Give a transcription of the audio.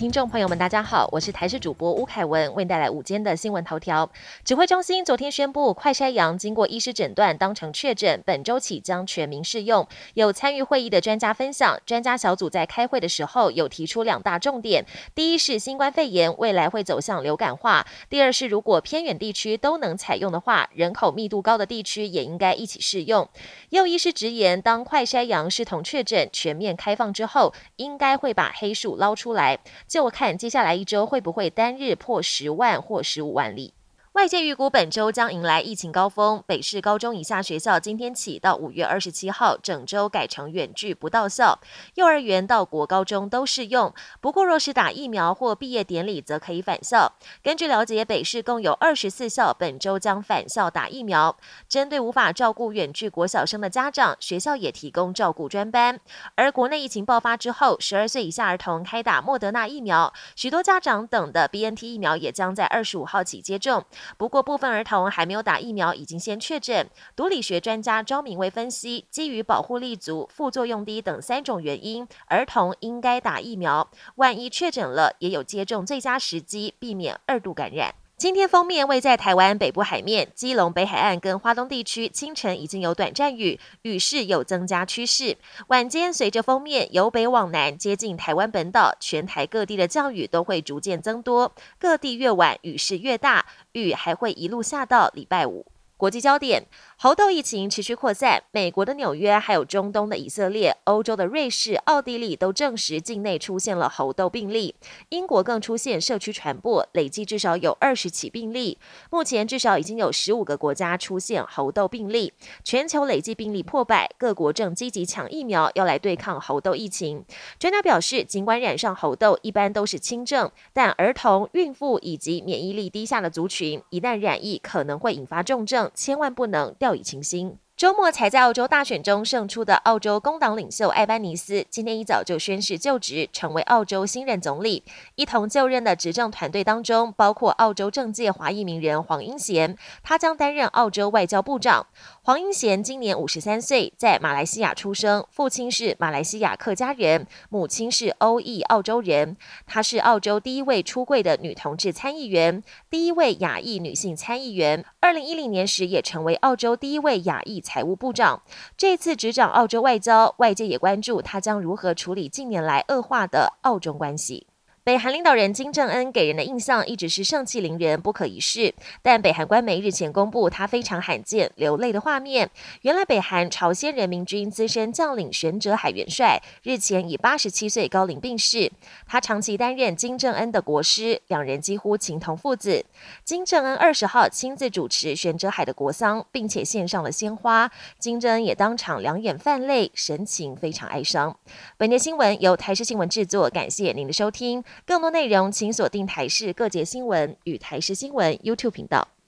听众朋友们，大家好，我是台视主播吴凯文，为您带来午间的新闻头条。指挥中心昨天宣布，快筛阳经过医师诊断当成确诊，本周起将全民适用。有参与会议的专家分享，专家小组在开会的时候有提出2大重点：第一是新冠肺炎未来会走向流感化；第二是如果偏远地区都能采用的话，人口密度高的地区也应该一起适用。也有医师直言，当快筛阳视同确诊全面开放之后，应该会把黑数捞出来。就我看，接下来一周会不会单日破10万或15万例？外界预估本周将迎来疫情高峰，北市高中以下学校今天起到5月27号整周改成远距不到校，幼儿园到国高中都适用。不过若是打疫苗或毕业典礼则可以返校。根据了解，北市共有24校本周将返校打疫苗。针对无法照顾远距国小生的家长，学校也提供照顾专班。而国内疫情爆发之后，12岁以下儿童开打莫德纳疫苗，许多家长等的 BNT 疫苗也将在25号起接种。不过部分儿童还没有打疫苗已经先确诊。毒理学专家庄明威分析，基于保护力足、副作用低等3种原因，儿童应该打疫苗。万一确诊了，也有接种最佳时机，避免2度感染。今天锋面位在台湾北部海面，基隆北海岸跟花东地区清晨已经有短暂雨，雨势有增加趋势。晚间随着锋面由北往南接近台湾本岛，全台各地的降雨都会逐渐增多，各地越晚雨势越大，雨还会一路下到礼拜5。国际焦点，猴痘疫情持续扩散，美国的纽约还有中东的以色列、欧洲的瑞士、奥地利都证实境内出现了猴痘病例，英国更出现社区传播，累计至少有20起病例。目前至少已经有15个国家出现猴痘病例，全球累计病例破100，各国正积极抢疫苗，要来对抗猴痘疫情。专家表示，尽管染上猴痘一般都是轻症，但儿童、孕妇以及免疫力低下的族群，一旦染疫可能会引发重症，千万不能掉以轻心。周末才在澳洲大选中胜出的澳洲工党领袖艾班尼斯，今天一早就宣誓就职，成为澳洲新任总理。一同就任的执政团队当中，包括澳洲政界华裔名人黄英贤，他将担任澳洲外交部长。黄英贤今年53岁，在马来西亚出生，父亲是马来西亚客家人，母亲是欧裔澳洲人。她是澳洲第一位出柜的女同志参议员，第一位亚裔女性参议员。2010年时也成为澳洲第一位亚裔财务部长。这次执掌澳洲外交，外界也关注他将如何处理近年来恶化的澳中关系。北韩领导人金正恩给人的印象一直是盛气凌人、不可一世，但北韩官媒日前公布他非常罕见流泪的画面。原来北韩朝鲜人民军资深将领玄哲海元帅日前以87岁高龄病逝，他长期担任金正恩的国师，两人几乎情同父子。金正恩20号亲自主持玄哲海的国丧，并且献上了鲜花，金正恩也当场两眼泛泪，神情非常哀伤。本节新闻由台视新闻制作，感谢您的收听。更多内容请锁定台视各节新闻与台视新闻 YouTube 频道。